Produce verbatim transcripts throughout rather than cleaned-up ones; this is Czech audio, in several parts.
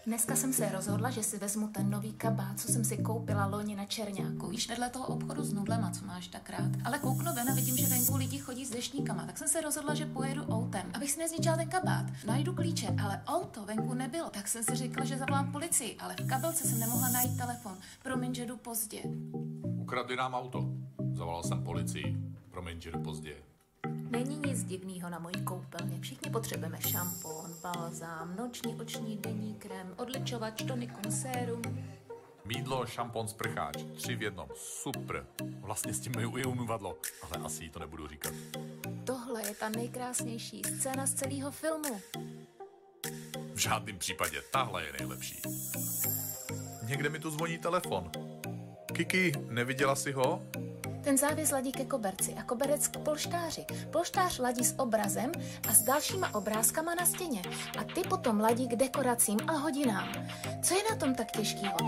Dneska jsem se rozhodla, že si vezmu ten nový kabát, co jsem si koupila loni na Čerňáku. Víš, vedle toho obchodu s nudlema, co máš tak rád. Ale kouknu ven a vidím, že venku lidi chodí s deštníkama, tak jsem se rozhodla, že pojedu autem, abych si nezničila ten kabát. Najdu klíče, ale auto venku nebylo. Tak jsem si řekla, že zavolám policii, ale v kabelce jsem nemohla najít telefon. Promiň, že jdu pozdě. Ukradli nám auto. Zavolal jsem policii. Promiň, že jdu pozdě. Není nic divného na mojí koupelně. Všichni potřebujeme šampon, balzám, noční oční denní krém, odličovač, tonikum, sérum. Mýdlo, šampon, sprcháč. Tři v jednom. Super. Vlastně s tím i umyvadlo. Ale asi jí to nebudu říkat. Tohle je ta nejkrásnější scéna z celého filmu. V žádném případě. Tahle je nejlepší. Někde mi tu zvoní telefon. Kiki, neviděla jsi ho? Ten závěs ladí ke koberci a koberec k polštáři. Polštář ladí s obrazem a s dalšíma obrázkama na stěně. A ty potom ladí k dekoracím a hodinám. Co je na tom tak těžkýho?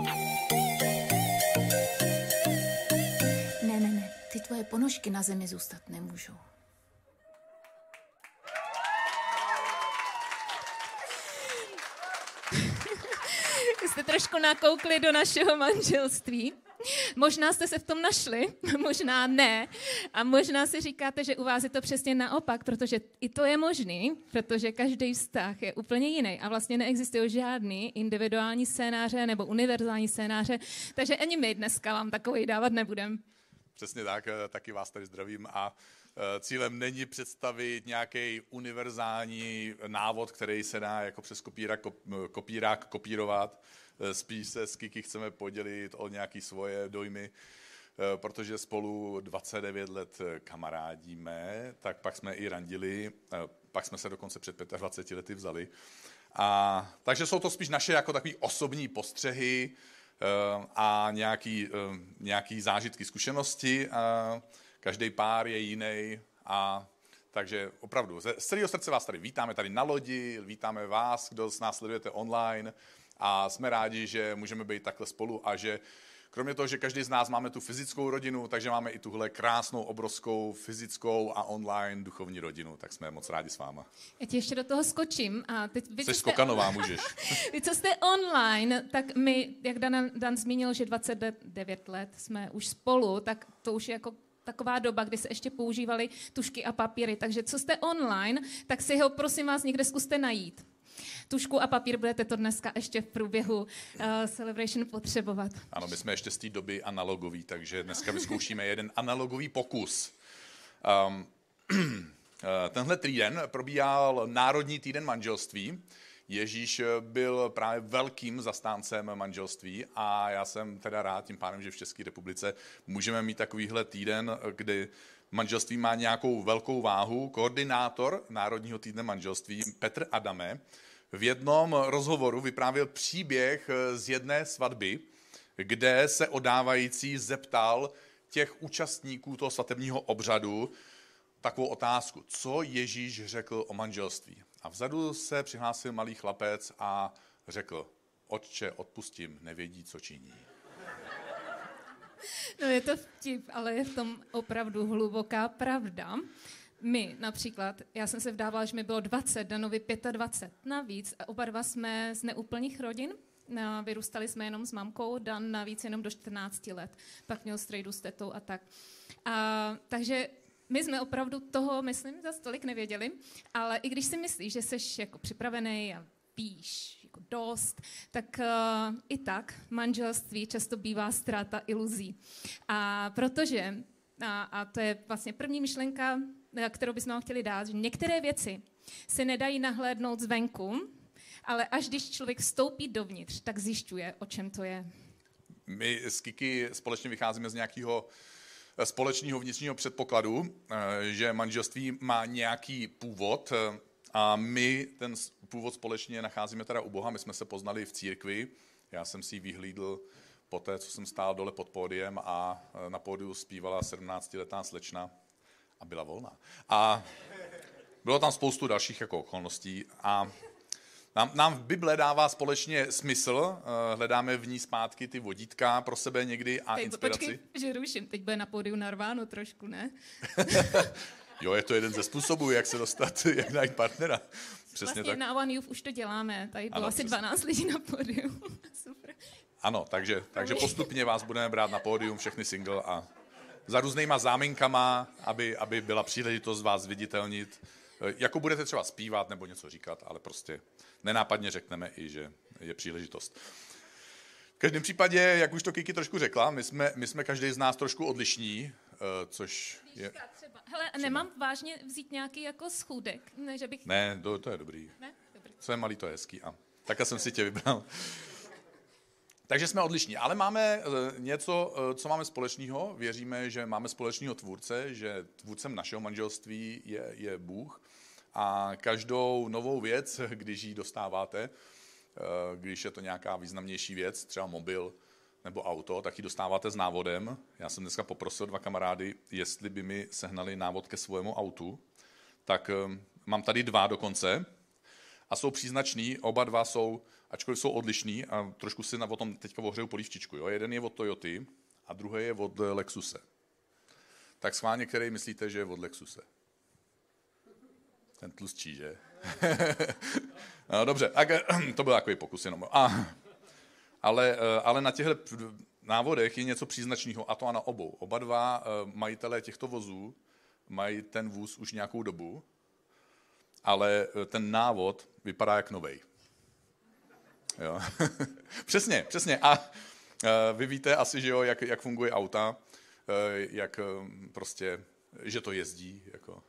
Ne, ne, ne. Ty tvoje ponožky na zemi zůstat nemůžou. Jste trošku nakoukli do našeho manželství. Možná jste se v tom našli, možná ne. A možná si říkáte, že u vás je to přesně naopak, protože i to je možný, protože každý vztah je úplně jiný a vlastně neexistují žádný individuální scénáře nebo univerzální scénáře, takže ani my dneska vám takový dávat nebudeme. Přesně tak, taky vás tady zdravím a cílem není představit nějaký univerzální návod, který se dá jako přes kopírák, kopírák kopírovat. Spíš se s Kiki chceme podělit o nějaké svoje dojmy, protože spolu dvacet devět let kamarádíme, tak pak jsme i randili, pak jsme se dokonce před dvaceti pěti lety vzali. A, takže jsou to spíš naše jako takový osobní postřehy a nějaký, nějaký zážitky, zkušenosti. A každý pár je jiný a takže opravdu z celého srdce vás tady vítáme tady na lodi, vítáme vás, kdo z nás sledujete online. A jsme rádi, že můžeme být takhle spolu a že kromě toho, že každý z nás máme tu fyzickou rodinu, takže máme i tuhle krásnou, obrovskou fyzickou a online duchovní rodinu, tak jsme moc rádi s váma. Já ti ještě do toho skočím. A teď, vy, Jsi jste skokanová, on... můžeš. Vy, co jste online, tak my, jak Dan, Dan zmínil, že dvacet devět let jsme už spolu, tak to už je jako taková doba, kdy se ještě používaly tušky a papíry. Takže co jste online, tak si ho prosím vás někde zkuste najít. Tušku a papír budete to dneska ještě v průběhu uh, Celebration potřebovat. Ano, my jsme ještě z té doby analogový, takže dneska vyzkoušíme jeden analogový pokus. Um, tenhle týden probíhal Národní týden manželství. Ježíš byl právě velkým zastáncem manželství a já jsem teda rád tím pádem, že v České republice můžeme mít takovýhle týden, kdy manželství má nějakou velkou váhu. Koordinátor Národního týdne manželství Petr Adame v jednom rozhovoru vyprávěl příběh z jedné svatby, kde se oddávající zeptal těch účastníků toho svatebního obřadu takovou otázku, co Ježíš řekl o manželství. A vzadu se přihlásil malý chlapec a řekl, Otče, odpustím, nevědí, co činí. No je to vtip, ale je v tom opravdu hluboká pravda. My například, já jsem se vdávala, že mi bylo dvacet, Danovi dvacet pět. Navíc oba dva jsme z neúplných rodin, vyrůstali jsme jenom s mamkou, Dan navíc jenom do čtrnácti let, pak měl strejdu s tetou a tak. A, takže my jsme opravdu toho, myslím, za tolik nevěděli, ale i když si myslíš, že jsi jako připravený a víš jako dost, tak uh, i tak manželství často bývá ztráta iluzí. A protože, a, a to je vlastně první myšlenka, kterou bychom vám chtěli dát, že některé věci se nedají nahlédnout zvenku, ale až když člověk vstoupí dovnitř, tak zjišťuje, o čem to je. My s Kiki společně vycházíme z nějakého společného vnitřního předpokladu, že manželství má nějaký původ a my ten původ společně nacházíme teda u Boha. My jsme se poznali v církvi, já jsem si ji vyhlídl po té, co jsem stál dole pod pódiem a na pódiu zpívala sedmnáctiletá slečna a byla volná. A bylo tam spoustu dalších jako okolností a Nám, nám v Bible dává společně smysl, hledáme v ní zpátky ty vodítka pro sebe někdy a Teď, inspiraci. Počkej, že ruším, teď bude na pódiu narváno trošku, ne? Jo, je to jeden ze způsobů, jak se dostat, jak najít partnera. Přesně vlastně tak. na One Youth už to děláme, tady bylo Ano, asi přesně. dvanáct lidí na pódiu. Super. Ano, takže, takže postupně vás budeme brát na pódium, všechny single a za různýma záminkama, aby, aby byla příležitost vás viditelnit. Jako budete třeba zpívat nebo něco říkat, ale prostě nenápadně řekneme i, že je příležitost. V každém případě, jak už to Kiki trošku řekla, my jsme, my jsme každý z nás trošku odlišní, což je... Třeba. Hele, nemám vážně vzít nějaký jako schůdek, ne, že bych... Ne, to, to je dobrý. Ne? Dobrý. Co je malý, to je hezký. A takhle jsem si tě vybral. Takže jsme odlišní, ale máme něco, co máme společného. Věříme, že máme společného tvůrce, že tvůrcem našeho manželství je, je Bůh. A každou novou věc, když ji dostáváte, když je to nějaká významnější věc, třeba mobil nebo auto, tak ji dostáváte s návodem. Já jsem dneska poprosil dva kamarády, jestli by mi sehnali návod ke svému autu. Tak mám tady dva dokonce a jsou příznační, oba dva jsou, ačkoliv jsou odlišní a trošku si o tom teďka ohřeju polívčičku. Jo? Jeden je od Toyoty a druhý je od Lexuse. Tak schválně, který myslíte, že je od Lexuse? Ten tlustší, že? No, dobře, to byl takový pokus jenom. A, ale, ale na těchto návodech je něco příznačného, a to a na obou. Oba dva majitelé těchto vozů mají ten vůz už nějakou dobu, ale ten návod vypadá jak novej. Jo. Přesně, přesně. A vy víte asi, že jo, jak, jak funguje auta, jak prostě, že to jezdí. Jako.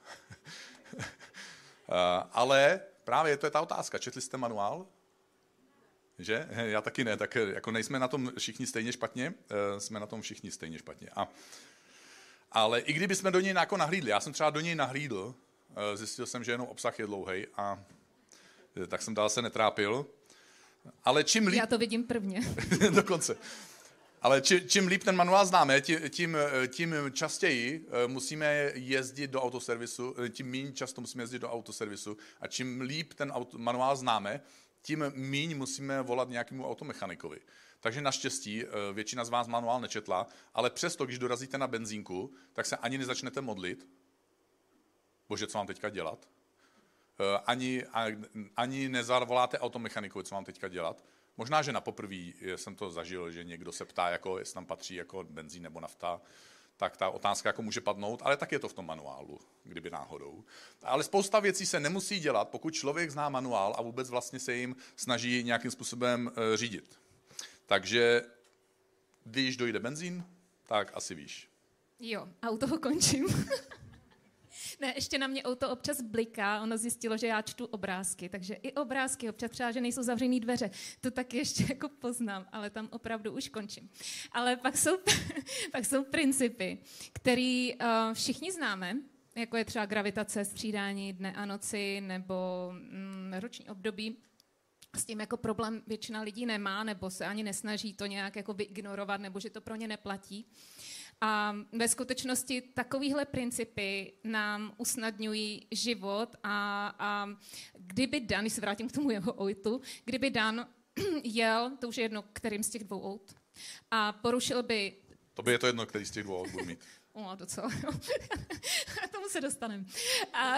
Ale právě to je ta otázka. Četli jste manuál? Že? Já taky ne, tak jako nejsme na tom všichni stejně špatně, jsme na tom všichni stejně špatně. A, ale i kdyby jsme do něj jako nahlídli, já jsem třeba do něj nahlídl, zjistil jsem, že jenom obsah je dlouhej a tak jsem dál se netrápil. Ale čím líp... Já to vidím prvně. Dokonce. Ale či, čím líp ten manuál známe, tím, tím častěji musíme jezdit do autoservisu, tím méně často musíme jezdit do autoservisu a čím líp ten auto, manuál známe, tím méně musíme volat nějakému automechanikovi. Takže naštěstí většina z vás manuál nečetla, ale přesto, když dorazíte na benzínku, tak se ani nezačnete modlit. Bože, co mám teďka dělat? Ani, ani nezavoláte automechanikovi, co mám teďka dělat. Možná, že na poprví jsem to zažil, že někdo se ptá, jako, jestli tam patří jako benzín nebo nafta, tak ta otázka jako může padnout, ale tak je to v tom manuálu, kdyby náhodou. Ale spousta věcí se nemusí dělat, pokud člověk zná manuál a vůbec vlastně se jim snaží nějakým způsobem e, řídit. Takže když dojde benzín, tak asi víš. Jo, a u toho končím. Ne, ještě na mě auto občas bliká, ono zjistilo, že já čtu obrázky, takže i obrázky občas třeba, že nejsou zavřený dveře, to taky ještě jako poznám, ale tam opravdu už končím. Ale pak jsou, pak jsou principy, které uh, všichni známe, jako je třeba gravitace, střídání dne a noci nebo mm, roční období. S tím jako problém většina lidí nemá, nebo se ani nesnaží to nějak jako vyignorovat, nebo že to pro ně neplatí. A ve skutečnosti takovéhle principy nám usnadňují život a, a kdyby Dan, když se vrátím k tomu jeho autu, kdyby Dan jel, to už je jedno, kterým z těch dvou aut, a porušil by... To by je to jedno, který z těch dvou aut budu mít. O, docela, jo. A tomu se dostaneme. A...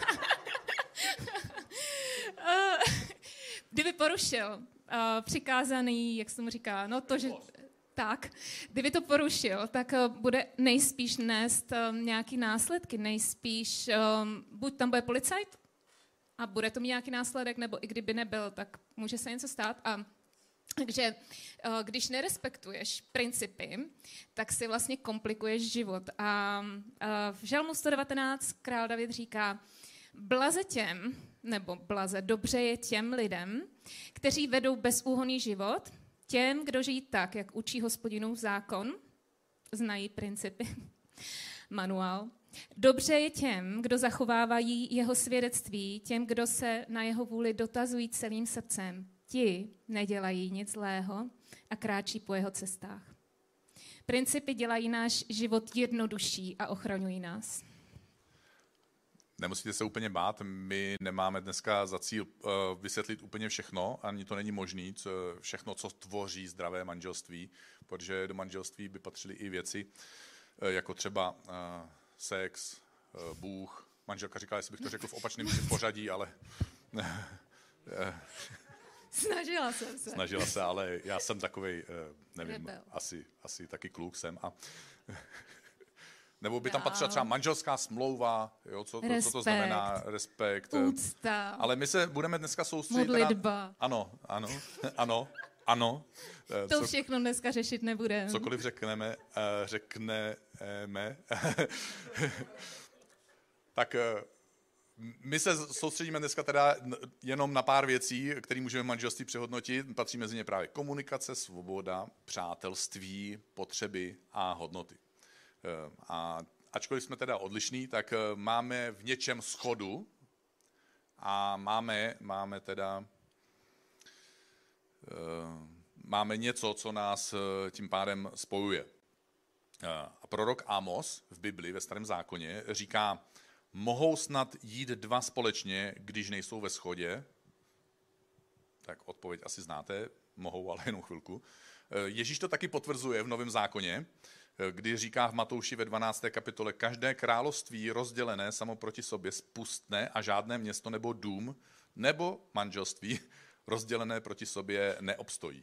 Kdyby porušil uh, přikázaný, jak se tomu říká, no to, že... Tak, kdyby to porušil, tak uh, bude nejspíš nést um, nějaký následky, nejspíš um, buď tam bude policajt a bude to mít nějaký následek, nebo i kdyby nebyl, tak může se něco stát. A takže uh, když nerespektuješ principy, tak si vlastně komplikuješ život. A uh, v Žalmu sto devatenáct král David říká, blaze těm, nebo blaze, dobře je těm lidem, kteří vedou bezúhonný život, těm, kdo žijí tak, jak učí Hospodinův zákon, znají principy, manuál. Dobře je těm, kdo zachovávají jeho svědectví, těm, kdo se na jeho vůli dotazují celým srdcem. Ti nedělají nic zlého a kráčí po jeho cestách. Principy dělají náš život jednodušší a ochraňují nás. Nemusíte se úplně bát, my nemáme dneska za cíl uh, vysvětlit úplně všechno, ani to není možné, co, všechno, co tvoří zdravé manželství, protože do manželství by patřily i věci, uh, jako třeba uh, sex, uh, Bůh. Manželka říká, jestli bych to řekl v opačném pořadí, ale Snažila jsem se. Snažila se, ale já jsem takovej, nevím, asi, asi taky kluk jsem. A nebo by tam patřila třeba manželská smlouva, jo, co, to, co to znamená, respekt. Úcta. Ale my se budeme dneska soustředit. Modlitba. Teda, ano, ano, ano, ano. To co, všechno dneska řešit nebudeme. Cokoliv řekneme, řekneme, tak my se soustředíme dneska teda jenom na pár věcí, které můžeme manželství přehodnotit. Patří mezi ně právě komunikace, svoboda, přátelství, potřeby a hodnoty. A ačkoliv jsme teda odlišní, tak máme v něčem shodu a máme, máme teda máme něco, co nás tím pádem spojuje. A prorok Amos v Bibli, ve Starém zákoně, říká, mohou snad jít dva společně, když nejsou ve shodě? Tak odpověď asi znáte, mohou, ale jenom chvilku. Ježíš to taky potvrzuje v Novém zákoně, kdy říká v Matouši ve dvanácté kapitole, každé království rozdělené samo proti sobě spustne a žádné město nebo dům nebo manželství rozdělené proti sobě neobstojí.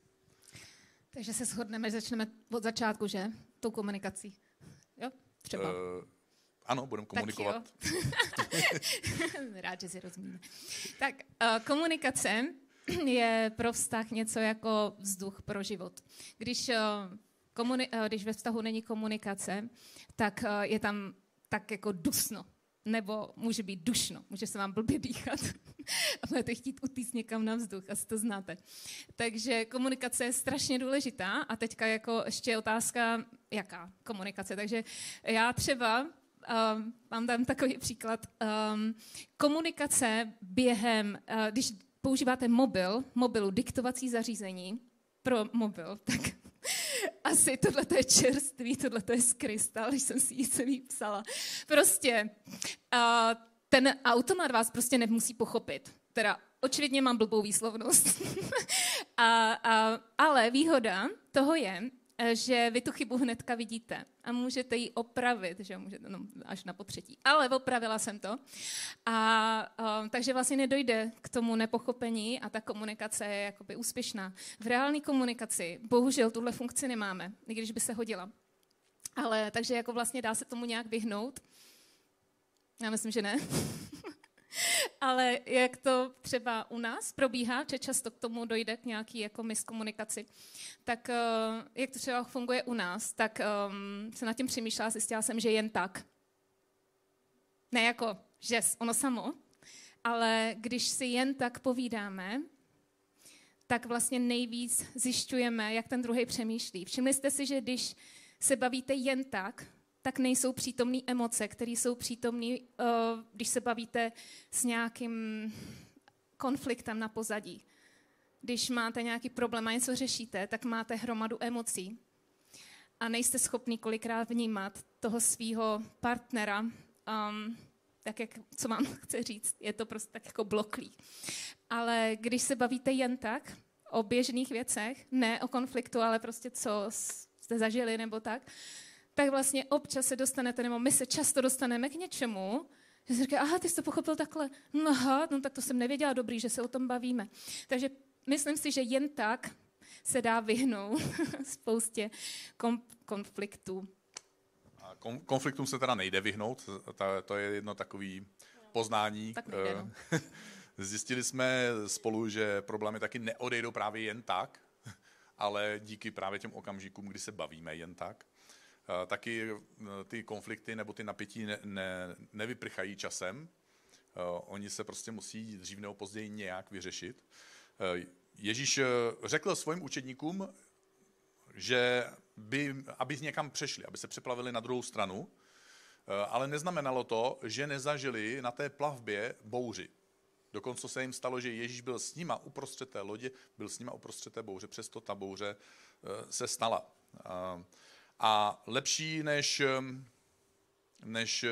Takže se shodneme, začneme od začátku, že? Tou komunikací. Jo? Třeba. Uh, ano, budeme komunikovat. Rád, že si rozumíme. Tak uh, komunikace je pro vztah něco jako vzduch pro život. Když, uh, komuni- uh, když ve vztahu není komunikace, tak uh, je tam tak jako dusno. Nebo může být dušno, může se vám blbě dýchat a budete chtít utíct někam na vzduch, asi to znáte. Takže komunikace je strašně důležitá a teďka jako ještě otázka, jaká komunikace. Takže já třeba, um, mám tam takový příklad, um, komunikace během, uh, když používáte mobil, mobilu, diktovací zařízení pro mobil, tak asi tohle je čerství, tohle je z krystal, když jsem si ji celý psala. Prostě uh, ten automat vás prostě nemusí pochopit. Teda očividně mám blbou výslovnost. a, a, ale výhoda toho je, že vy tu chybu hnedka vidíte a můžete ji opravit, že můžete, no, až na potřetí. Ale opravila jsem to. A, um, takže vlastně nedojde k tomu nepochopení a ta komunikace je jakoby úspěšná. V reálné komunikaci bohužel tuhle funkci nemáme, i když by se hodila. Ale takže jako vlastně dá se tomu nějak vyhnout. Já myslím, že ne. Ale jak to třeba u nás probíhá, že často k tomu dojde k nějaký jako miskomunikaci, tak uh, jak to třeba funguje u nás, tak um, se nad tím přemýšlela, zjistila jsem, že jen tak. Ne jako, že ono samo, ale když si jen tak povídáme, tak vlastně nejvíc zjišťujeme, jak ten druhý přemýšlí. Všimli jste si, že když se bavíte jen tak, tak nejsou přítomné emoce, které jsou přítomné, uh, když se bavíte s nějakým konfliktem na pozadí. Když máte nějaký problém a něco řešíte, tak máte hromadu emocí a nejste schopný kolikrát vnímat toho svého partnera, um, tak jak, co mám chce říct, je to prostě tak jako bloklý. Ale když se bavíte jen tak o běžných věcech, ne o konfliktu, ale prostě co jste zažili nebo tak, tak vlastně občas se dostanete, nebo my se často dostaneme k něčemu, že se říká, aha, ty jsi to pochopil takhle, no aha, no tak to jsem nevěděla, dobrý, že se o tom bavíme. Takže myslím si, že jen tak se dá vyhnout spoustě kom- konfliktů. A kom- konfliktům se teda nejde vyhnout, ta, to je jedno takový poznání. Tak nejde, no. Zjistili jsme spolu, že problémy taky neodejdou právě jen tak, ale díky právě těm okamžikům, kdy se bavíme jen tak. Taky ty konflikty nebo ty napětí ne, ne, nevyprchají časem. Oni se prostě musí dřív nebo později nějak vyřešit. Ježíš řekl svým učedníkům, že by, aby někam přešli, aby se přeplavili na druhou stranu, ale neznamenalo to, že nezažili na té plavbě bouři. Dokonce se jim stalo, že Ježíš byl s nima uprostřed té lodě, byl s nima uprostřed té bouře, přesto ta bouře se stala. A lepší, než, než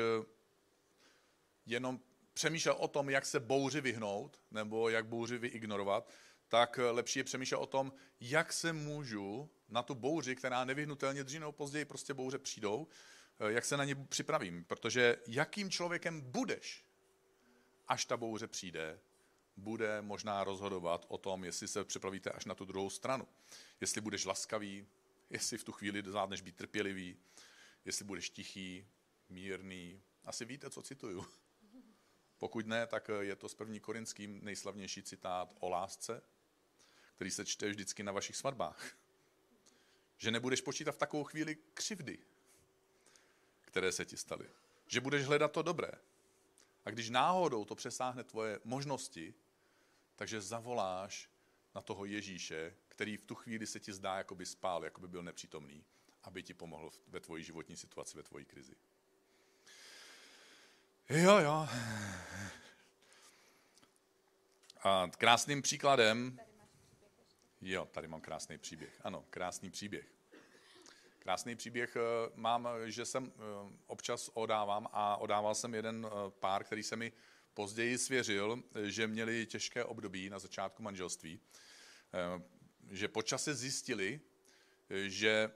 jenom přemýšlel o tom, jak se bouři vyhnout, nebo jak bouři vyignorovat, tak lepší je přemýšlet o tom, jak se můžu na tu bouři, která nevyhnutelně dřív nebo později prostě bouře přijdou, jak se na ně připravím. Protože jakým člověkem budeš, až ta bouře přijde, bude možná rozhodovat o tom, jestli se přeplavíte až na tu druhou stranu. Jestli budeš laskavý, jestli v tu chvíli zvládneš být trpělivý, jestli budeš tichý, mírný. Asi víte, co cituju. Pokud ne, tak je to z první Korinským nejslavnější citát o lásce, který se čte vždycky na vašich svatbách. Že nebudeš počítat v takovou chvíli křivdy, které se ti staly. Že budeš hledat to dobré. A když náhodou to přesáhne tvoje možnosti, takže zavoláš na toho Ježíše, který v tu chvíli se ti zdá, jako by spál, jako by byl nepřítomný, aby ti pomohl ve tvojí životní situaci, ve tvojí krizi. Jo, jo. A krásným příkladem... Jo, tady mám krásný příběh. Ano, krásný příběh. Krásný příběh mám, že jsem občas odávám a odával jsem jeden pár, který se mi později svěřil, že měli těžké období na začátku manželství, že po čase zjistili, že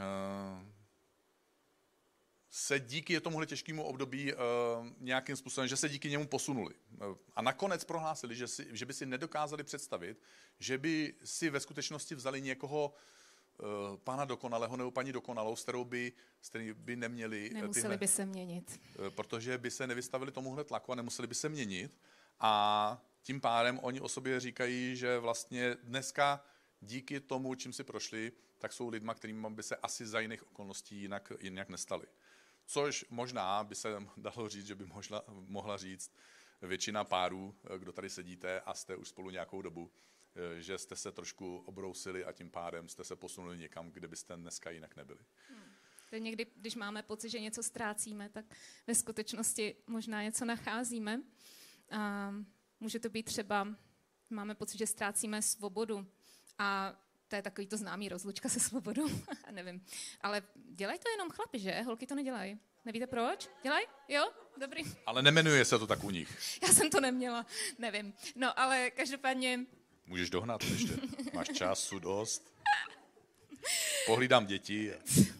se díky tomuhle těžkému období nějakým způsobem, že se díky němu posunuli. A nakonec prohlásili, že, si, že by si nedokázali představit, že by si ve skutečnosti vzali někoho pána dokonalého nebo paní dokonalou, s kterou by, s kterou by neměli... Nemuseli tyhle, by se měnit. Protože by se nevystavili tomuhle tlaku a nemuseli by se měnit. A tím pádem oni o sobě říkají, že vlastně dneska díky tomu, čím si prošli, tak jsou lidma, kterým by se asi za jiných okolností jinak, jinak nestali. Což možná by se dalo říct, že by možla, mohla říct většina párů, kdo tady sedíte a jste už spolu nějakou dobu, že jste se trošku obrousili a tím pádem jste se posunuli někam, kde byste dneska jinak nebyli. Hmm. To někdy, když máme pocit, že něco ztrácíme, tak ve skutečnosti možná něco nacházíme. A může to být třeba, máme pocit, že ztrácíme svobodu a to je takový to známý rozlučka se svobodou, nevím. Ale dělají to jenom chlapi, že? Holky to nedělají. Nevíte proč? Dělají? Jo? Dobrý. Ale nemenuje se to tak u nich. Já jsem to neměla, nevím. No, ale každopádně... Můžeš dohnat ještě. Máš času dost. Pohlídám děti.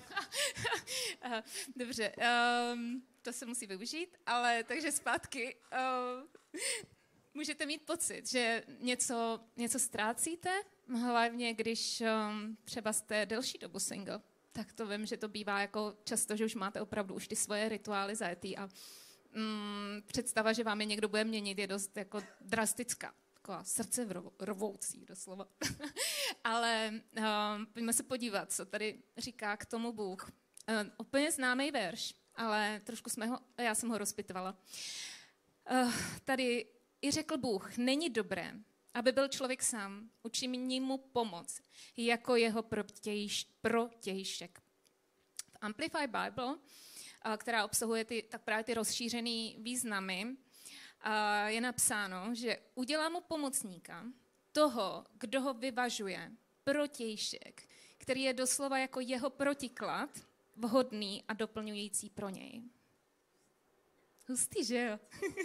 Dobře, um, to se musí využít, ale takže zpátky. Um, můžete mít pocit, že něco, něco ztrácíte, hlavně když um, třeba jste delší dobu single, tak to vím, že to bývá jako často, že už máte opravdu už ty svoje rituály zajetý a um, představa, že vám je někdo bude měnit, je dost jako drastická. Taková srdce rvoucí doslova. Ale um, pojďme se podívat, co tady říká k tomu Bůh. Um, úplně známý verš, ale trošku jsme ho, já jsem ho rozpitvala. Uh, tady i řekl Bůh, není dobré, aby byl člověk sám, učiní mu pomoc, jako jeho protějš, protějšek. V Amplify Bible, uh, která obsahuje ty, tak právě ty rozšířený významy, uh, je napsáno, že udělá mu pomocníka, toho, kdo ho vyvažuje, protějšek, který je doslova jako jeho protiklad, vhodný a doplňující pro něj. Hustý, že jo?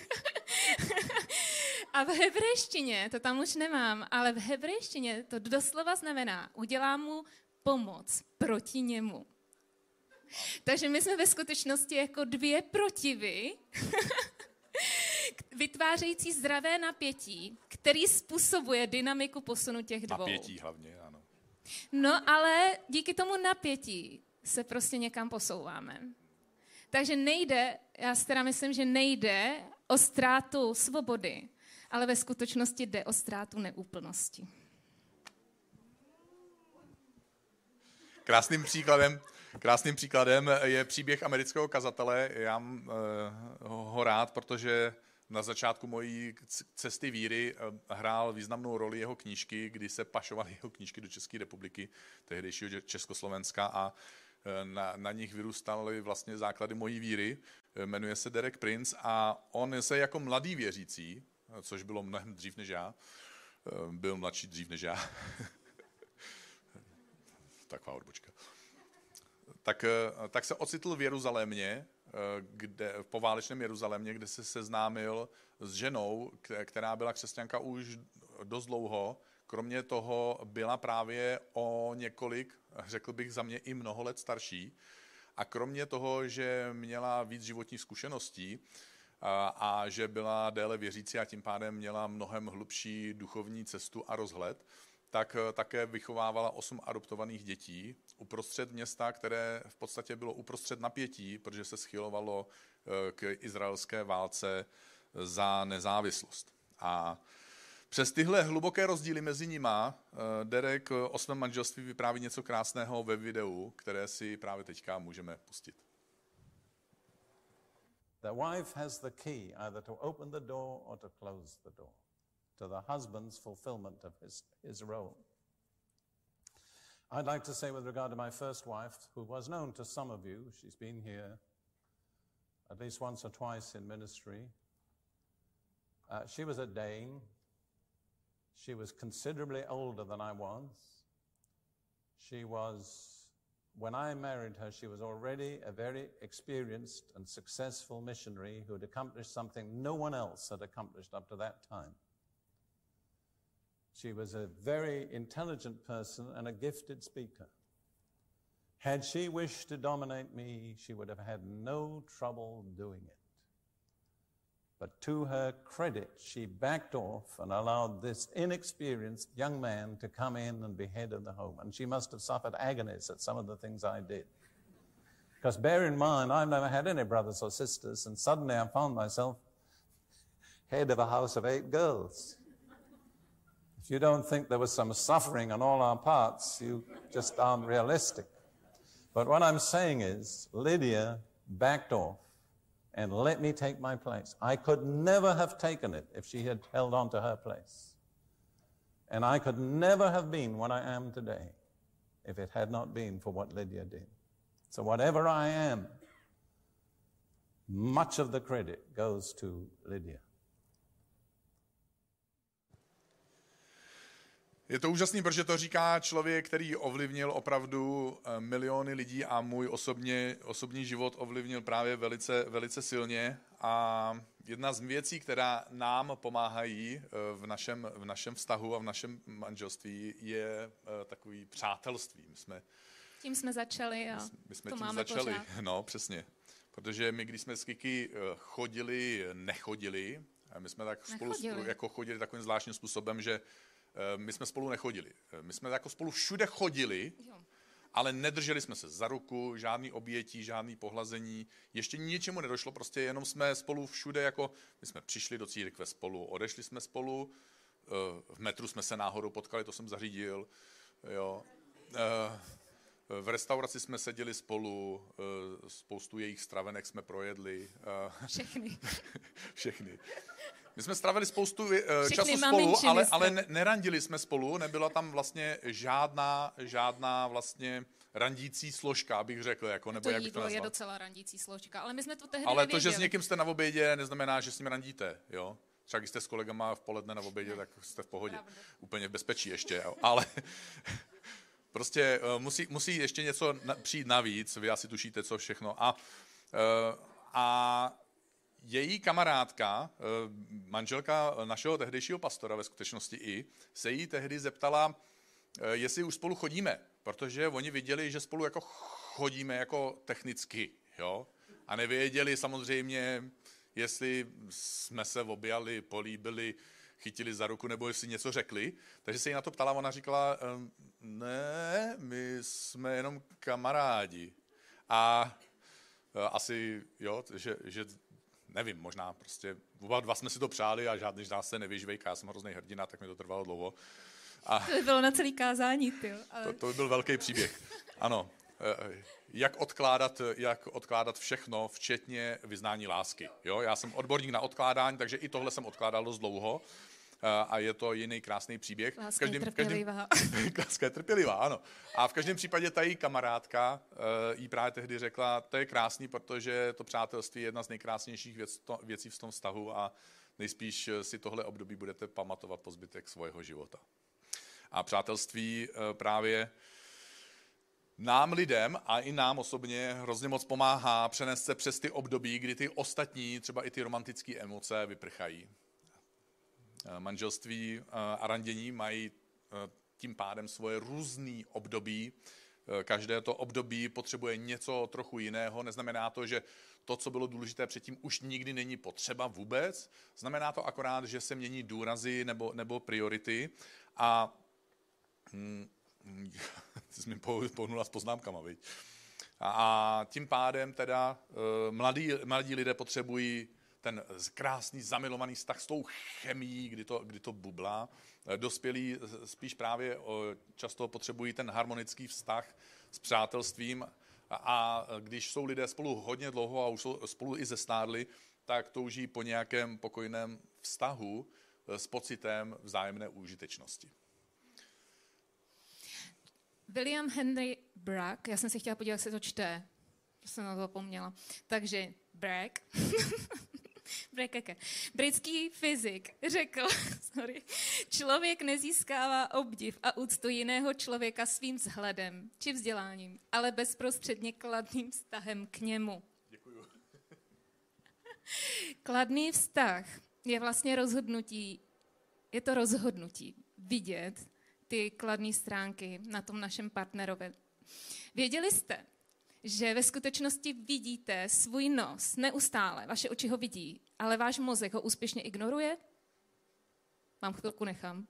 A v hebrejštině, to tam už nemám, ale v hebrejštině to doslova znamená, udělá mu pomoc proti němu. Takže my jsme ve skutečnosti jako dvě protivy, vytvářející zdravé napětí, který způsobuje dynamiku posunu těch dvou. Napětí hlavně, ano. No ale díky tomu napětí se prostě někam posouváme. Takže nejde, já si teda myslím, že nejde o ztrátu svobody, ale ve skutečnosti jde o ztrátu neúplnosti. Krásným příkladem, krásným příkladem je příběh amerického kazatele. Já mám uh, ho rád, protože na začátku mojí cesty víry hrál významnou roli jeho knížky, kdy se pašovaly jeho knížky do České republiky, tehdejšího Československa, a na, na nich vyrůstaly vlastně základy mojí víry. Jmenuje se Derek Prince a on se jako mladý věřící, což bylo mnohem dřív než já, byl mladší dřív než já, taková odbočka, tak, tak se ocitl v Jeruzalémě, kde, v poválečném Jeruzalémě, kde se seznámil s ženou, která byla křesťanka už dost dlouho. Kromě toho byla právě o několik, řekl bych za mě i mnoho let starší. A kromě toho, že měla víc životních zkušeností, a, a že byla déle věřící a tím pádem měla mnohem hlubší duchovní cestu a rozhled, tak také vychovávala osm adoptovaných dětí uprostřed města, které v podstatě bylo uprostřed napětí, protože se schylovalo k izraelské válce za nezávislost. A přes tyhle hluboké rozdíly mezi nima Derek o svém manželství vypráví něco krásného ve videu, které si právě teďka můžeme pustit. The wife has the key either to open the door or to close the door to the husband's fulfillment of his, his role. I'd like to say with regard to my first wife, who was known to some of you, she's been here at least once or twice in ministry. Uh, she was a Dane. She was considerably older than I was. She was, when I married her, she was already a very experienced and successful missionary who had accomplished something no one else had accomplished up to that time. She was a very intelligent person and a gifted speaker. Had she wished to dominate me, she would have had no trouble doing it. But to her credit, she backed off and allowed this inexperienced young man to come in and be head of the home. And she must have suffered agonies at some of the things I did. Because bear in mind, I've never had any brothers or sisters, and suddenly I found myself head of a house of eight girls. If you don't think there was some suffering on all our parts, you just aren't realistic. But what I'm saying is, Lydia backed off and let me take my place. I could never have taken it if she had held on to her place. And I could never have been what I am today if it had not been for what Lydia did. So whatever I am, much of the credit goes to Lydia. Je to úžasný, protože to říká člověk, který ovlivnil opravdu miliony lidí a můj osobně, osobní život ovlivnil právě velice, velice silně. A jedna z věcí, která nám pomáhají v našem, v našem vztahu a v našem manželství, je takový přátelství. My jsme, tím jsme začali a my jsme to tím máme začali. pořád. No, přesně. Protože my, když jsme s Kiki chodili, nechodili, a my jsme tak spolu, spolu jako chodili takovým zvláštním způsobem, že my jsme spolu nechodili. My jsme jako spolu všude chodili, ale nedrželi jsme se za ruku, žádný obětí, žádný pohlazení. Ještě ničemu nedošlo, prostě jenom jsme spolu všude, jako my jsme přišli do církve spolu, odešli jsme spolu, v metru jsme se náhodou potkali, to jsem zařídil, jo. V restauraci jsme seděli spolu, spoustu jejich stravenek jsme projedli. Všechny. Všechny. My jsme strávili spoustu uh, času spolu, ale, ale ne, nerandili jsme spolu, nebyla tam vlastně žádná, žádná vlastně randící složka, abych řekl, jako, nebo to jak bych to nazval. je docela randící složka, ale my jsme to tehdy Ale nevěděli. to, že s někým jste na obědě, neznamená, že s ním randíte, jo? Třeba když jste s kolegama v poledne na obědě, ne. tak jste v pohodě. Pravda. Úplně v bezpečí ještě, jo? Ale prostě uh, musí, musí ještě něco na, přijít navíc, vy asi tušíte, co všechno. A, uh, a její kamarádka, manželka našeho tehdejšího pastora, ve skutečnosti i, se jí tehdy zeptala, jestli už spolu chodíme, protože oni viděli, že spolu jako chodíme jako technicky, jo? A nevěděli samozřejmě, jestli jsme se objali, políbili, chytili za ruku, nebo jestli něco řekli. Takže se jí na to ptala, ona říkala, ne, my jsme jenom kamarádi. A asi, jo, že, že nevím, možná prostě, oba dva jsme si to přáli a žádný z nás se nevyžvejká, já jsem hrozný hrdina, tak mi to trvalo dlouho. A to by bylo na celý kázání, ty. Ale... To, to by byl velký příběh. Ano, jak odkládat, jak odkládat všechno, včetně vyznání lásky. Jo? Já jsem odborník na odkládání, takže i tohle jsem odkládal dost dlouho. A je to jiný krásný příběh. Láska je trpělivá. Láska je trpělivá, ano. A v každém případě ta její kamarádka jí právě tehdy řekla, to je krásný, protože to přátelství je jedna z nejkrásnějších věc, to, věcí v tom vztahu a nejspíš si tohle období budete pamatovat po zbytek svého života. A přátelství právě nám lidem a i nám osobně hrozně moc pomáhá přenést se přes ty období, kdy ty ostatní, třeba i ty romantické emoce vyprchají. Manželství a randění mají tím pádem svoje různé období, Každé to období potřebuje něco trochu jiného. Neznamená to, že to, co bylo důležité předtím, už nikdy není potřeba vůbec. Znamená to akorát, že se mění důrazy nebo, nebo priority. A hm, ty jsi mi pohnula s poznámkama, viď? A, a tím pádem teda mladí, mladí lidé potřebují ten krásný, zamilovaný vztah s tou chemií, kdy to, kdy to bublá. Dospělí spíš právě často potřebují ten harmonický vztah s přátelstvím a, a když jsou lidé spolu hodně dlouho a už jsou spolu i zestárli, tak touží po nějakém pokojném vztahu s pocitem vzájemné užitečnosti. William Henry Bragg, já jsem si chtěla podívat, jak se to čte, to jsem na to zapomněla. Takže Bragg, Bragg, britský fyzik, řekl, sorry, člověk nezískává obdiv a úctu jiného člověka svým vzhledem či vzděláním, ale bezprostředně kladným vztahem k němu. Děkuju. Kladný vztah je vlastně rozhodnutí, je to rozhodnutí vidět ty kladné stránky na tom našem partnerovi. Věděli jste, že ve skutečnosti vidíte svůj nos neustále, vaše oči ho vidí, ale váš mozek ho úspěšně ignoruje? Vám chvilku nechám.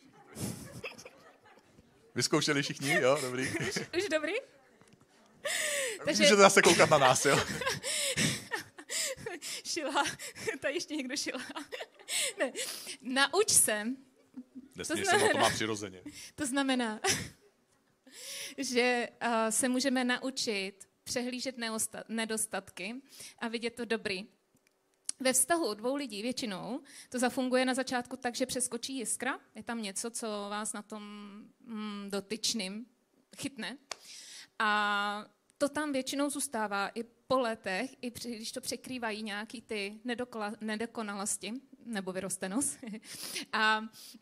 Vyzkoušeli všichni, jo, dobrý. Už dobrý? Takže... Můžete zase koukat na nás, jo. Šila, tady ještě někdo šila. Ne. Nauč se. Nesmíš se, to má přirozeně. To znamená, že uh, se můžeme naučit přehlížet nedostatky a vidět to dobrý. Ve vztahu dvou lidí většinou to zafunguje na začátku tak, že přeskočí jiskra, je tam něco, co vás na tom mm, dotyčným chytne. A to tam většinou zůstává i po letech, i při, když to překrývají nějaký ty nedokola, nedokonalosti, nebo vyrostenost. a,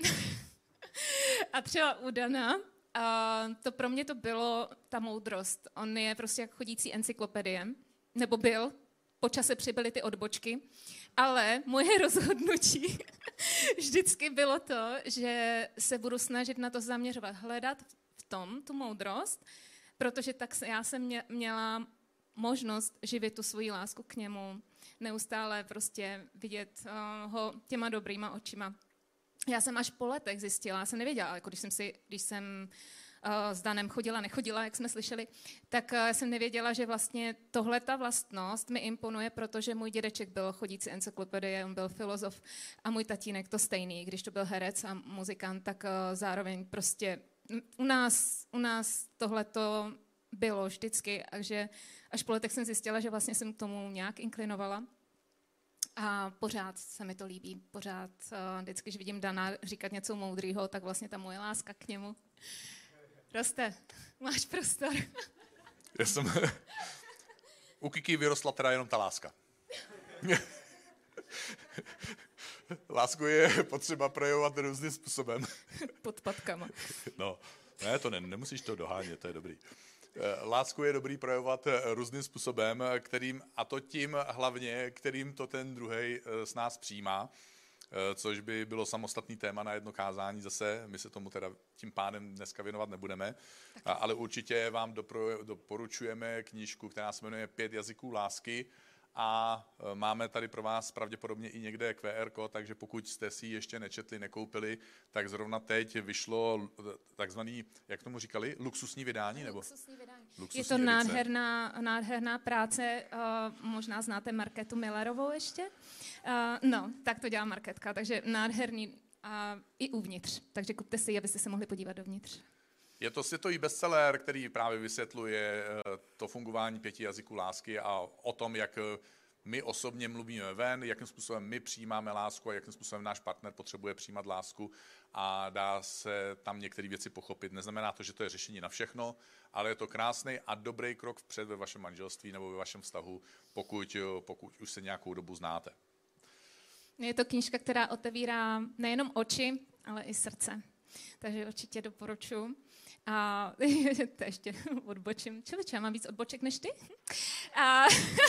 a třeba u Dana, a to pro mě to bylo ta moudrost. On je prostě jak chodící encyklopedie, nebo byl, po čase přibyly ty odbočky, ale moje rozhodnutí vždycky bylo to, že se budu snažit na to zaměřovat, hledat v tom tu moudrost, protože tak já jsem měla možnost živit tu svoji lásku k němu, neustále prostě vidět uh, ho těma dobrýma očima. Já jsem až po letech zjistila, já jsem nevěděla, jako když jsem, si, když jsem uh, s Danem chodila, nechodila, jak jsme slyšeli, tak uh, jsem nevěděla, že vlastně tohle ta vlastnost mi imponuje, protože můj dědeček byl chodící encyklopedie, on byl filozof a můj tatínek to stejný, když to byl herec a muzikant, tak uh, zároveň prostě u nás, u nás tohleto bylo vždycky, takže až po letech jsem zjistila, že vlastně jsem k tomu nějak inklinovala. A pořád se mi to líbí, pořád uh, vždycky, když vidím Dana říkat něco moudrýho, tak vlastně ta moje láska k němu roste. Máš prostor. Já jsem... U Kiki vyrostla teda jenom ta láska. Lásku je potřeba projevovat různým způsobem. Pod patkama. No, ne, to ne, nemusíš to dohánět, to je dobrý. Lásku je dobrý projevovat různým způsobem, kterým, a to tím hlavně, kterým to ten druhej s nás přijímá, což by bylo samostatný téma na jedno kázání zase, my se tomu teda tím pádem dneska věnovat nebudeme, ale určitě vám doporučujeme knížku, která se jmenuje Pět jazyků lásky a máme tady pro vás pravděpodobně i někde Q R kód, takže pokud jste si ji ještě nečetli, nekoupili, tak zrovna teď vyšlo takzvaný, jak tomu říkali, luxusní vydání? Nebo? Luxusní vydání. Luxusní je to nádherná, nádherná práce, uh, možná znáte Markétu Millerovou ještě? Uh, no, tak to dělá Markétka, takže nádherný uh, i uvnitř, takže kupte si ji, abyste se mohli podívat dovnitř. Je to světový bestseller, který právě vysvětluje to fungování pěti jazyků lásky a o tom, jak my osobně mluvíme ven, jakým způsobem my přijímáme lásku a jakým způsobem náš partner potřebuje přijímat lásku a dá se tam některé věci pochopit. Neznamená to, že to je řešení na všechno, ale je to krásný a dobrý krok vpřed ve vašem manželství nebo ve vašem vztahu, pokud, pokud už se nějakou dobu znáte. Je to knížka, která otevírá nejenom oči, ale i srdce. Takže určitě doporučuji. A to ještě odbočím. Člověče, já mám víc odboček než ty? A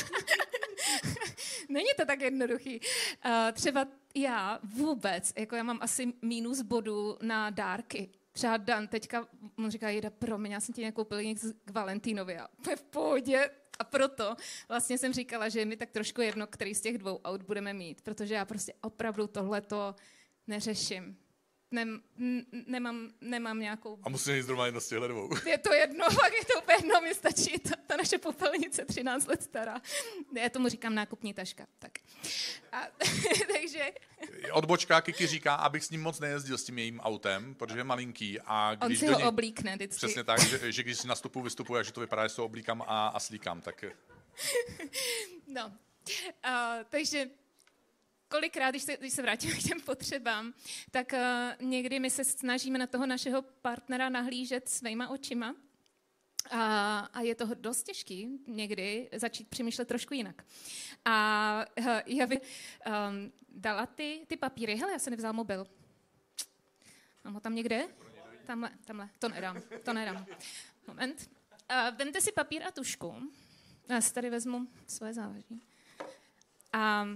není to tak jednoduchý. A třeba já vůbec, jako já mám asi mínus bodů na dárky. třeba Dan teďka, on říká, Jida, promiň, já jsem ti nekoupil něco k Valentínovi a v pohodě. A proto vlastně jsem říkala, že je mi tak trošku jedno, který z těch dvou aut budeme mít, protože já prostě opravdu tohleto neřeším. Nem, nemám, nemám nějakou... A musím jít zrovna jedno z těchto dvou. Je to jedno, pak je to úplně jedno, mi stačí ta, ta naše popelnice třináct let stará. Já tomu říkám nákupní taška. Tak. A, takže... Odbočka Kiki říká, abych s ním moc nejezdil s tím jejím autem, protože je malinký. A když on si ho něj... oblíkne vždycky. Přesně tak, že, že když nastupu, vystupuje, že to vypadá, že se oblíkám a, a slíkám. Tak... No, uh, takže... Kolikrát, když se, když se vrátíme k těm potřebám, tak uh, někdy my se snažíme na toho našeho partnera nahlížet svýma očima a, a je to dost těžký někdy začít přemýšlet trošku jinak. A uh, já bych um, dala ty, ty papíry. Hele, já jsem nevzal mobil. Mám ho tam někde? Tamhle, tamhle. To nedám, to nedám. Moment. Uh, vemte si papír a tušku. Já si tady vezmu svoje závaží. A...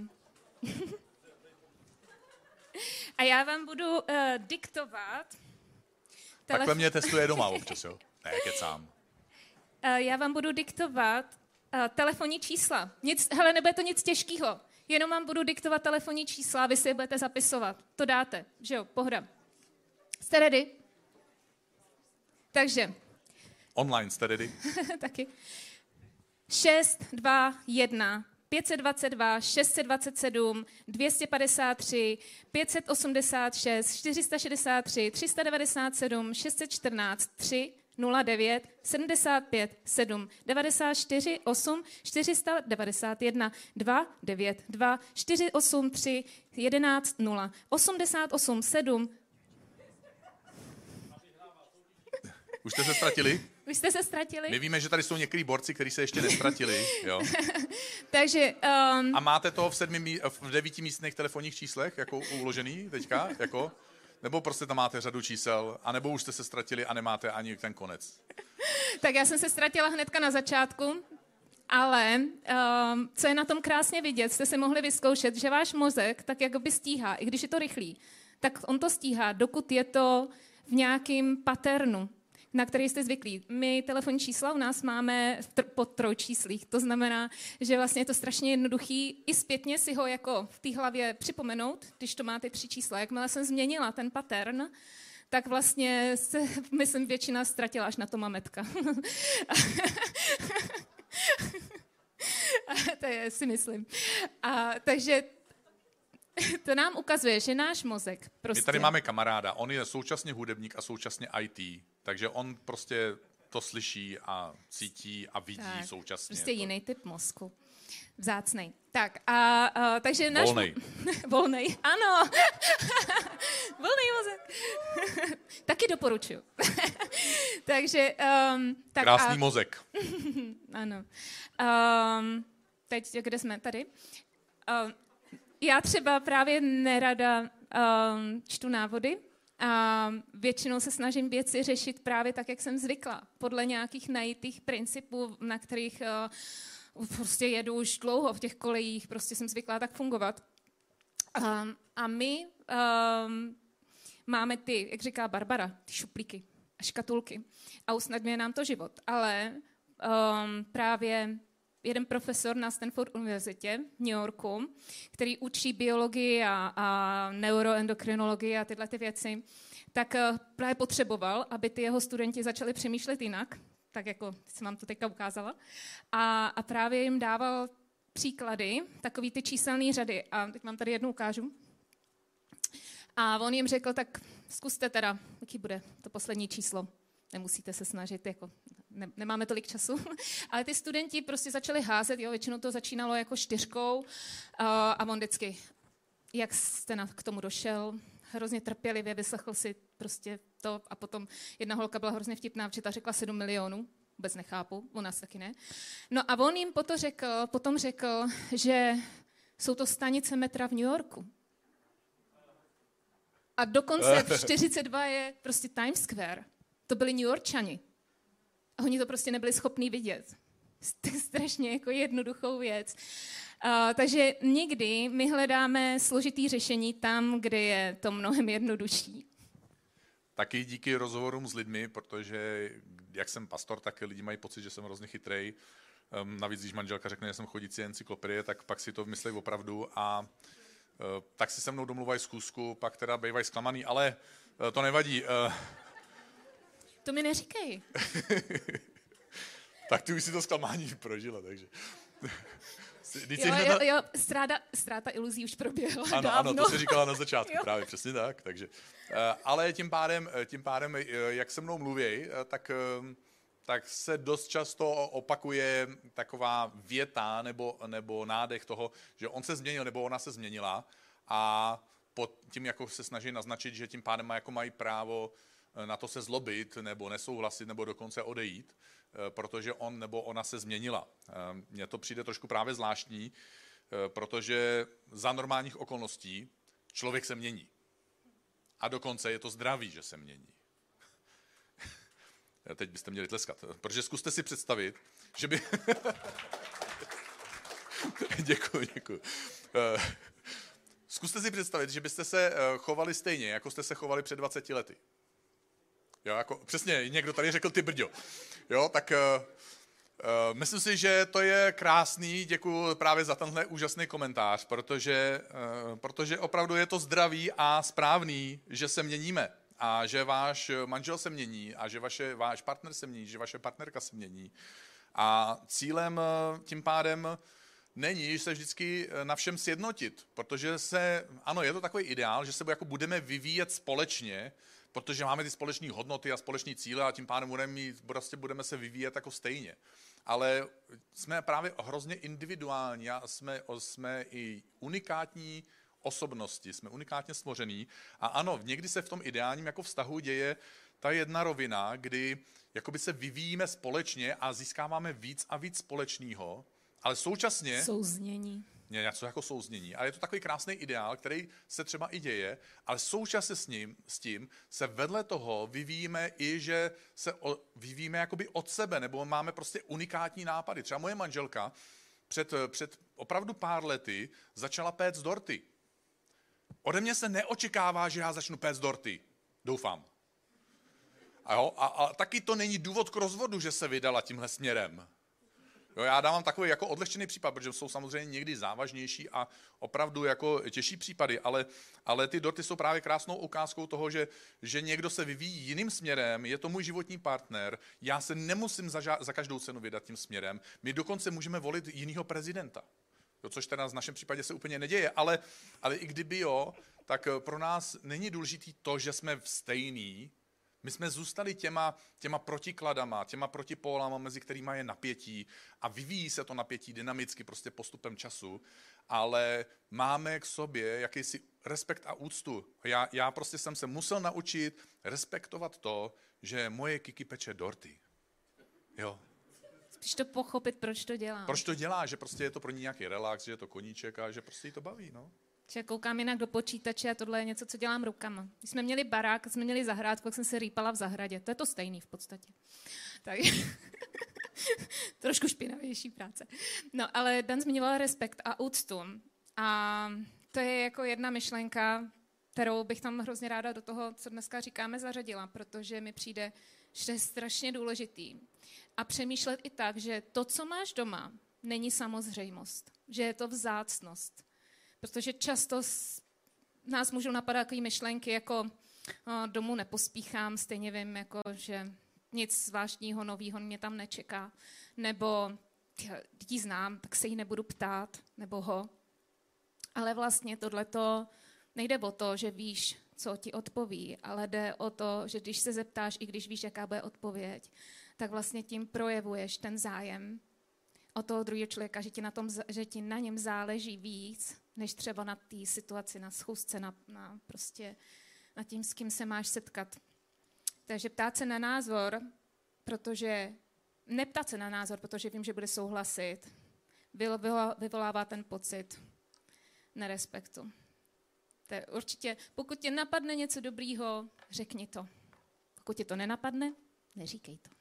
A já vám budu uh, diktovat... Takhle mě testuje doma občas, jo? Ne, kecám. Uh, já vám budu diktovat uh, telefonní čísla. Nic, hele, nebude to nic těžkého. Jenom vám budu diktovat telefonní čísla a vy si je budete zapisovat. To dáte, že jo? Pohoda. Jste ready? Takže... Online jste ready? Taky. šest, dva, jedna... pět set dvacet dva, šest set dvacet sedm, dvě stě padesát tři, pět set osmdesát šest, čtyři sta šedesát tři, tři sta devadesát sedm, šest set čtrnáct, tři, nula devět, sedmdesát pět, sedm, devadesát čtyři, osm, čtyři sta devadesát jedna, dva, devět, dva, čtyři, osm, tři, jedenáct, nula, osmdesát osm, sedm. Už jste se ztratili? Vy jste se ztratili? My víme, že tady jsou některý borci, kteří se ještě nestratili. Jo? Takže... Um... A máte to v, sedmi, v devíti místných telefonních číslech jako uložený teďka? Jako? Nebo prostě tam máte řadu čísel? A nebo už jste se ztratili a nemáte ani ten konec? Tak já jsem se ztratila hnedka na začátku, ale um, co je na tom krásně vidět, jste si mohli vyzkoušet, že váš mozek tak jakoby stíhá, i když je to rychlý, tak on to stíhá, dokud je to v nějakém paternu, na který jste zvyklí. My telefonní čísla u nás máme tr- pod trojčíslích, to znamená, že vlastně je to strašně jednoduchý i zpětně si ho jako v té hlavě připomenout, když to máte tři čísla. Jakmile jsem změnila ten pattern, tak vlastně se, myslím, většina ztratila až na to mametka. To je, si myslím. A, takže to nám ukazuje, že náš mozek prostě... My tady máme kamaráda, on je současně hudebník a současně í té, takže on prostě to slyší a cítí a vidí tak, současně. Prostě to... jiný typ mozku. Vzácnej. Tak a, a takže náš... Volnej. Volnej, ano. Volnej mozek. Taky doporučuji. takže... Um, tak Krásný a... mozek. Ano. Um, teď, kde jsme? Tady. Um, Já třeba právě nerada um, čtu návody a většinou se snažím věci řešit právě tak, jak jsem zvykla. Podle nějakých najitých principů, na kterých uh, prostě jedu už dlouho v těch kolejích, prostě jsem zvyklá tak fungovat. Um, a my um, máme ty, jak říká Barbara, ty šuplíky a škatulky a usnadňuje nám to život. Ale um, právě... jeden profesor na Stanford univerzitě v New Yorku, který učí biologii a, a neuroendokrinologii a tyhle ty věci, tak právě potřeboval, aby ty jeho studenti začali přemýšlet jinak, tak jako jsem vám to teďka ukázala, a, a právě jim dával příklady, takový ty číselné řady. A teď vám tady jednu ukážu. A on jim řekl, tak zkuste teda, jaký bude to poslední číslo. Nemusíte se snažit, jako ne, nemáme tolik času, ale ty studenti prostě začali házet, jo, většinou to začínalo jako čtyřkou uh, a on vždycky, jak jste na, k tomu došel, hrozně trpělivě vyslechl si prostě to a potom jedna holka byla hrozně vtipná, protože ta řekla sedm milionů, vůbec nechápu, u nás taky ne. No a on jim potom řekl, potom řekl, že jsou to stanice metra v New Yorku. A dokonce v čtyřicet dva je prostě Times Square. To byli New Yorkčani. A oni to prostě nebyli schopní vidět. Strašně jako jednoduchou věc. Uh, takže někdy my hledáme složitý řešení tam, kde je to mnohem jednodušší. taky díky rozhovorům s lidmi, protože jak jsem pastor, tak lidi mají pocit, že jsem hrozně chytrej. Um, navíc, když manželka řekne, že jsem chodící encyklopedie, tak pak si to myslí opravdu a uh, tak si se mnou domluvají schůzku, pak teda bývají zklamaný, ale uh, to nevadí. Uh, To mi neříkej. Tak ty už si to zklamání prožila, takže... Jo, jo, jo, ztráta, ztráta iluzí už proběhla ano, dávno. Ano, to jsi říkala na začátku, právě přesně tak. Takže, ale tím pádem, tím pádem, jak se mnou mluví, tak, tak se dost často opakuje taková věta nebo, nebo nádech toho, že on se změnil nebo ona se změnila a pod tím jako se snaží naznačit, že tím pádem jako mají právo na to se zlobit nebo nesouhlasit nebo dokonce odejít, protože on nebo ona se změnila. Mně to přijde trošku právě zvláštní, protože za normálních okolností člověk se mění. A dokonce je to zdravý, že se mění. Teď byste měli tleskat, protože zkuste si představit, že by... Děkuji, děkuji. Zkuste si představit, že byste se chovali stejně, jako jste se chovali před dvaceti lety. Jo, jako, přesně, někdo tady řekl ty brďo. Jo, tak uh, uh, myslím si, že to je krásný, děkuji právě za tenhle úžasný komentář, protože, uh, protože opravdu je to zdravý a správný, že se měníme a že váš manžel se mění a že vaše, váš partner se mění, že vaše partnerka se mění. A cílem uh, tím pádem není se vždycky na všem sjednotit, protože se, ano, je to takový ideál, že se jako budeme vyvíjet společně, protože máme ty společné hodnoty a společné cíle a tím pádem budeme, mít, prostě budeme se vyvíjet jako stejně. Ale jsme právě hrozně individuální a jsme, jsme i unikátní osobnosti, jsme unikátně stvořený. A ano, někdy se v tom ideálním jako vztahu děje ta jedna rovina, kdy jakoby se vyvíjíme společně a získáváme víc a víc společného, ale současně... Souznění. Něco jako souznění. Ale je to takový krásný ideál, který se třeba i děje, ale současně s ním, s tím se vedle toho vyvíjíme i, že se o, vyvíjíme jakoby od sebe, nebo máme prostě unikátní nápady. Třeba moje manželka před, před opravdu pár lety začala péct dorty. Ode mě se neočekává, že já začnu péct dorty. Doufám. A, jo, a, a taky to není důvod k rozvodu, že se vydala tímhle směrem. Jo, já dávám takový jako odlehčený případ, protože jsou samozřejmě někdy závažnější a opravdu jako těžší případy, ale, ale ty dorty jsou právě krásnou ukázkou toho, že, že někdo se vyvíjí jiným směrem, je to můj životní partner, já se nemusím za, ža- za každou cenu vydat tím směrem, my dokonce můžeme volit jinýho prezidenta, jo, což teda v našem případě se úplně neděje, ale, ale i kdyby jo, tak pro nás není důležitý to, že jsme stejný. My jsme zůstali těma, těma protikladama, těma protipólama, mezi kterými je napětí a vyvíjí se to napětí dynamicky prostě postupem času, ale máme k sobě jakýsi respekt a úctu. Já, já prostě jsem se musel naučit respektovat to, že moje Kiki peče dorty. Jo. Spíš to pochopit, proč to dělá. Proč to dělá, že prostě je to pro ní nějaký relax, že je to koníček a že prostě jí to baví, no. Já koukám jinak do počítače a tohle je něco, co dělám rukama. Když jsme měli barák, jsme měli zahrádku, tak jsem se rýpala v zahradě. To je to stejný v podstatě. Tak trošku špinavější práce. No, ale Dan zmiňoval respekt a úctu. A to je jako jedna myšlenka, kterou bych tam hrozně ráda do toho, co dneska říkáme, zařadila, protože mi přijde, že je strašně důležitý. A přemýšlet i tak, že to, co máš doma, není samozřejmost. Že je to vzácnost. Protože často nás můžou napadat takové myšlenky, jako no, domů nepospíchám, stejně vím, jako, že nic zvláštního, nového mě tam nečeká. Nebo lidi znám, tak se jí nebudu ptát, nebo ho. Ale vlastně tohleto nejde o to, že víš, co ti odpoví, ale jde o to, že když se zeptáš, i když víš, jaká bude odpověď, tak vlastně tím projevuješ ten zájem o toho druhého člověka, že ti na, tom, že ti na něm záleží víc, než třeba na té situaci, na schůzce, na, na, prostě, na tím, s kým se máš setkat. Takže ptát se na názor, protože neptát se na názor, protože vím, že bude souhlasit, vyvolává ten pocit nerespektu. To je určitě, pokud tě napadne něco dobrýho, řekni to. Pokud tě to nenapadne, neříkej to.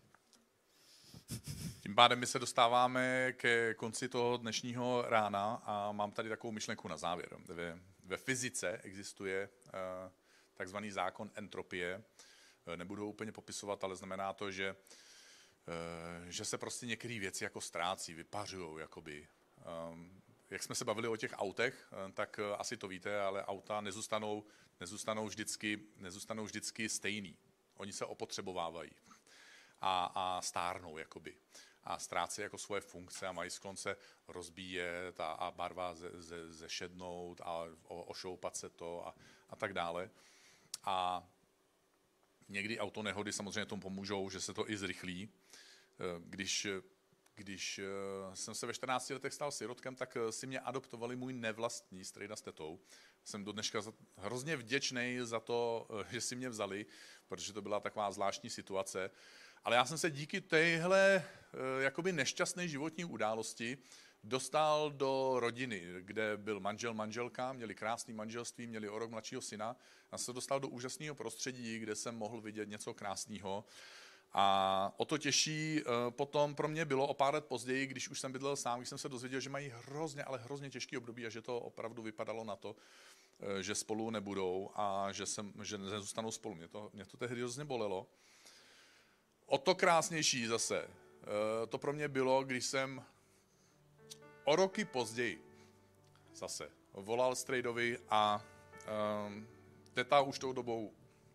Tím pádem my se dostáváme ke konci toho dnešního rána a mám tady takovou myšlenku na závěr. Ve, ve fyzice existuje uh, takzvaný zákon entropie, nebudu ho úplně popisovat, ale znamená to, že, že se prostě některé věci jako ztrácí, vypařujou, jakoby. Jak jsme se bavili o těch autech, tak asi to víte, ale auta nezůstanou, nezůstanou, vždycky, nezůstanou vždycky stejný. Oni se opotřebovávají a, a stárnou, jakoby. A ztrácí jako svoje funkce a mají sklon se rozbíjet a, a barva ze, ze, zešednout a o, ošoupat se to a, a tak dále. A někdy autonehody samozřejmě tomu pomůžou, že se to i zrychlí. Když, když jsem se ve čtrnácti letech stal sirotkem, tak si mě adoptovali můj nevlastní strejda s tetou. Jsem do dneška hrozně vděčný za to, že si mě vzali, protože to byla taková zvláštní situace. Ale já jsem se díky téhle jakoby nešťastné životní události dostal do rodiny, kde byl manžel, manželka, měli krásné manželství, měli o rok mladšího syna. Já jsem se dostal do úžasného prostředí, kde jsem mohl vidět něco krásného. A o to těžší potom pro mě bylo o pár let později, když už jsem bydlel sám, když jsem se dozvěděl, že mají hrozně, ale hrozně těžký období a že to opravdu vypadalo na to, že spolu nebudou a že, jsem, že nezůstanou spolu. Mě to, mě to tehdy hrozně bolelo. O to krásnější zase to pro mě bylo, když jsem o roky později zase volal strejdovi a um, teta už tou dobou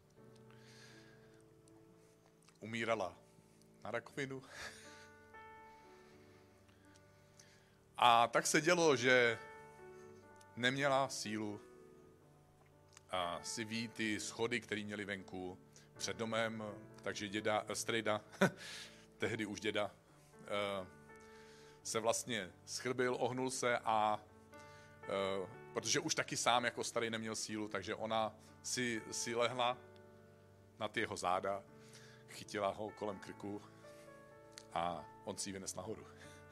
umírala na rakovinu. A tak se dělo, že neměla sílu a si ví ty schody, které měli venku před domem, takže děda, strejda, tehdy už děda, se vlastně schrbil, ohnul se a protože už taky sám jako starý neměl sílu, takže ona si, si lehla na ty jeho záda, chytila ho kolem krku a on si ji vynes nahoru.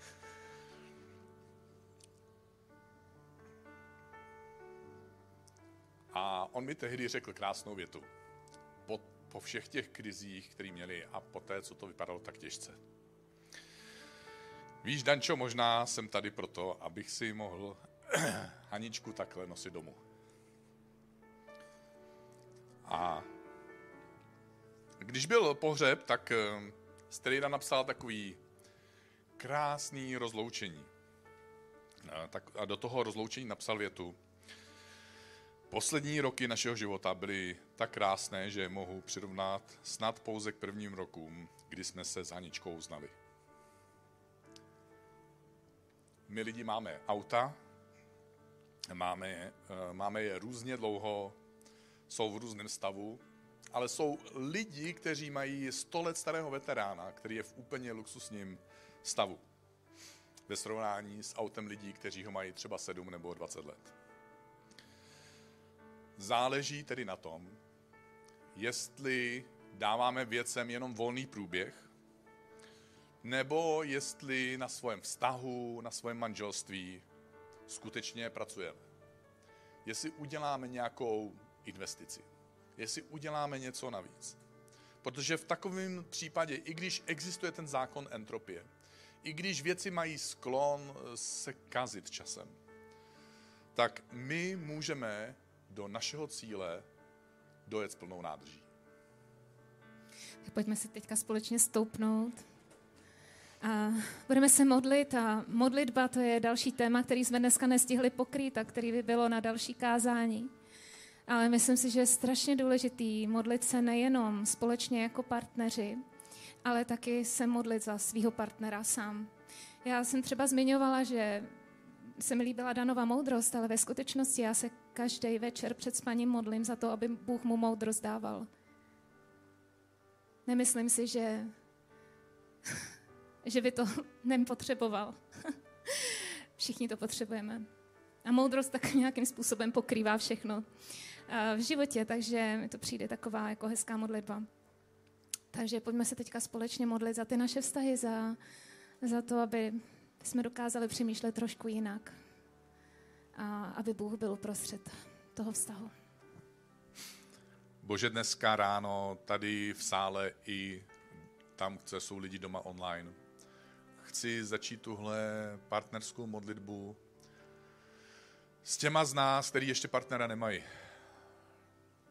A on mi tehdy řekl krásnou větu. Po, po všech těch krizích, které měli a po té, co to vypadalo tak těžce. Víš, Dančo, možná jsem tady proto, abych si mohl Haničku takhle nosit domů. A když byl pohřeb, tak strejda napsal takový krásný rozloučení. A do toho rozloučení napsal větu. Poslední roky našeho života byly tak krásné, že mohu přirovnat snad pouze k prvním rokům, kdy jsme se s Haničkou znali. My lidi máme auta, máme, máme je různě dlouho, jsou v různém stavu, ale jsou lidi, kteří mají sto let starého veterána, který je v úplně luxusním stavu. Ve srovnání s autem lidí, kteří ho mají třeba sedm nebo dvacet let. Záleží tedy na tom, jestli dáváme věcem jenom volný průběh, nebo jestli na svém vztahu, na svém manželství skutečně pracujeme. Jestli uděláme nějakou investici. Jestli uděláme něco navíc. Protože v takovém případě, i když existuje ten zákon entropie, i když věci mají sklon se kazit časem, tak my můžeme do našeho cíle dojet s plnou nádrží. Tak pojďme si teďka společně stoupnout. A budeme se modlit a modlitba to je další téma, který jsme dneska nestihli pokrýt a který by bylo na další kázání. Ale myslím si, že je strašně důležitý modlit se nejenom společně jako partneři, ale taky se modlit za svého partnera sám. Já jsem třeba zmiňovala, že se mi líbila Danova moudrost, ale ve skutečnosti já se každý večer před spaním modlím za to, aby Bůh mu moudrost dával. Nemyslím si, že, že by to nepotřeboval. Všichni to potřebujeme. A moudrost tak nějakým způsobem pokrývá všechno v životě, takže mi to přijde taková jako hezká modlitba. Takže pojďme se teďka společně modlit za ty naše vztahy, za, za to, aby jsme dokázali přemýšlet trošku jinak a aby Bůh byl uprostřed toho vztahu. Bože, dneska ráno tady v sále i tam, kde jsou lidi doma online, chci začít tuhle partnerskou modlitbu s těma z nás, kteří ještě partnera nemají.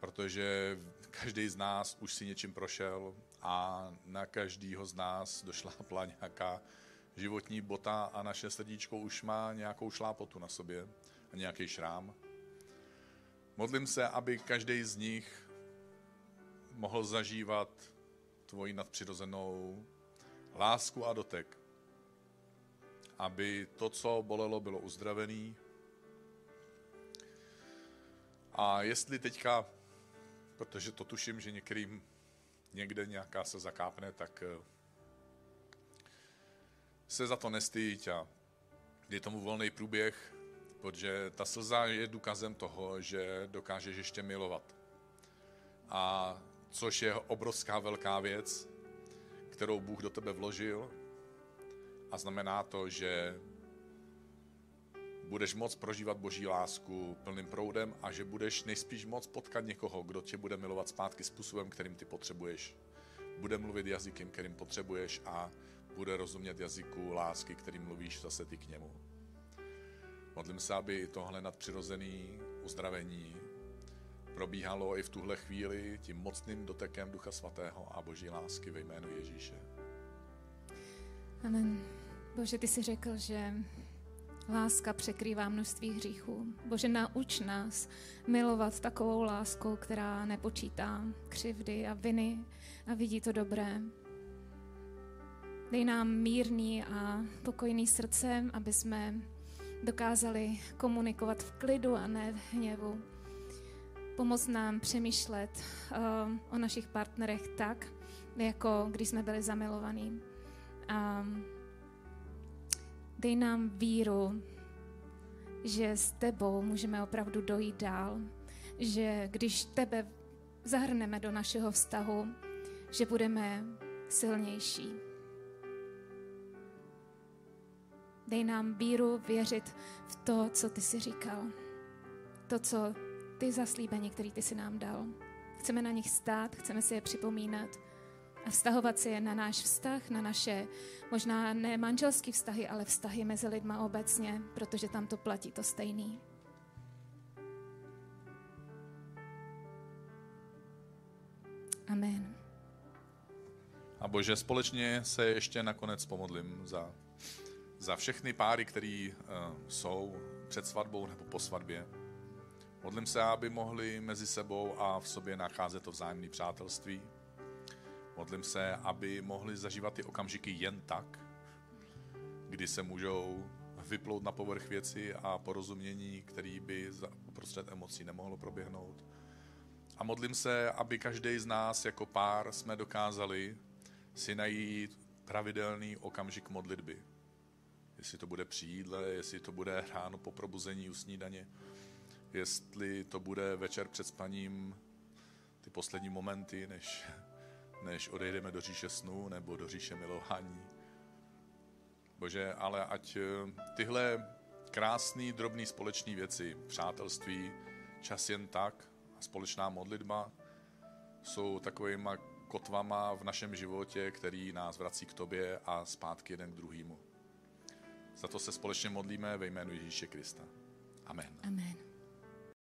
protože každý z nás už si něčím prošel a na každýho z nás došlápla nějaká životní bota a naše srdíčko už má nějakou šlápotu na sobě a nějaký šrám. Modlím se, aby každý z nich mohl zažívat tvoji nadpřirozenou lásku a dotek. Aby to, co bolelo, bylo uzdravené. A jestli teďka, protože to tuším, že některým někde nějaká se zakápne, tak se za to nestyď a dej tomu volný průběh, protože ta slza je důkazem toho, že dokážeš ještě milovat. A což je obrovská velká věc, kterou Bůh do tebe vložil, a znamená to, že budeš moc prožívat Boží lásku plným proudem a že budeš nejspíš moc potkat někoho, kdo tě bude milovat zpátky způsobem, kterým ty potřebuješ. Bude mluvit jazykem, kterým potřebuješ a bude rozumět jazyku lásky, kterým mluvíš zase ty k němu. Modlím se, aby tohle nadpřirozené uzdravení probíhalo i v tuhle chvíli tím mocným dotekem Ducha Svatého a Boží lásky ve jménu Ježíše. Amen. Bože, ty jsi řekl, že láska překrývá množství hříchů. Bože, nauč nás milovat takovou láskou, která nepočítá křivdy a viny a vidí to dobré. Dej nám mírný a pokojný srdce, aby jsme dokázali komunikovat v klidu a ne v hněvu. Pomoz nám přemýšlet uh, o našich partnerech tak, jako když jsme byli zamilovaní. A dej nám víru, že s tebou můžeme opravdu dojít dál, že když tebe zahrneme do našeho vztahu, že budeme silnější. Dej nám víru věřit v to, co ty jsi říkal, to, co ty zaslíbení, který ty jsi nám dal. Chceme na nich stát, chceme si je připomínat a vztahovat si je na náš vztah, na naše možná ne manželský vztahy, ale vztahy mezi lidma obecně, protože tam to platí to stejný. Amen. A Bože, společně se ještě nakonec pomodlím za, za všechny páry, který uh, jsou před svatbou nebo po svatbě. Modlím se, aby mohli mezi sebou a v sobě nacházet to vzájemné přátelství. Modlím se, aby mohli zažívat ty okamžiky jen tak, kdy se můžou vyplout na povrch věci a porozumění, který by uprostřed emocí nemohlo proběhnout. A modlím se, aby každý z nás jako pár jsme dokázali si najít pravidelný okamžik modlitby. Jestli to bude při jídle, jestli to bude ráno po probuzení u snídaně, jestli to bude večer před spaním, ty poslední momenty, než, než odejdeme do říše snu nebo do říše milování. Bože, ale ať tyhle krásné, drobné společné věci, přátelství, čas jen tak a společná modlitba jsou takovýma kotvama v našem životě, který nás vrací k tobě a zpátky jeden k druhému. Za to se společně modlíme ve jménu Ježíše Krista. Amen. Amen.